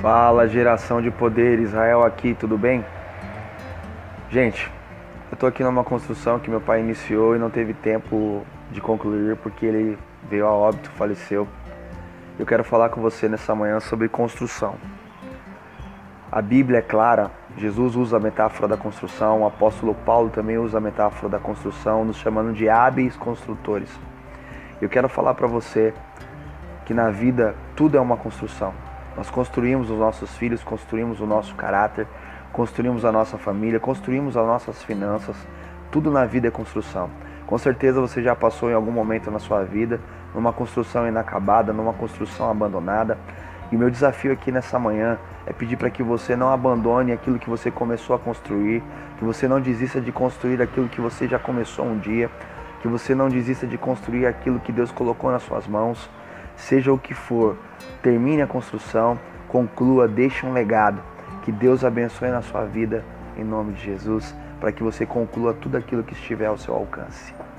Fala, geração de poder, Israel aqui, tudo bem? Gente, eu tô aqui numa construção que meu pai iniciou e não teve tempo de concluir porque ele veio a óbito, faleceu. Eu quero falar com você nessa manhã sobre construção. A Bíblia é clara, Jesus usa a metáfora da construção, o apóstolo Paulo também usa a metáfora da construção, nos chamando de hábeis construtores. Eu quero falar para você que na vida tudo é uma construção. Nós construímos os nossos filhos, construímos o nosso caráter, construímos a nossa família, construímos as nossas finanças. Tudo na vida é construção. Com certeza você já passou em algum momento na sua vida numa construção inacabada, numa construção abandonada. E o meu desafio aqui nessa manhã é pedir para que você não abandone aquilo que você começou a construir, que você não desista de construir aquilo que você já começou um dia, que você não desista de construir aquilo que Deus colocou nas suas mãos. Seja o que for, termine a construção, conclua, deixe um legado. Que Deus abençoe na sua vida, em nome de Jesus, para que você conclua tudo aquilo que estiver ao seu alcance.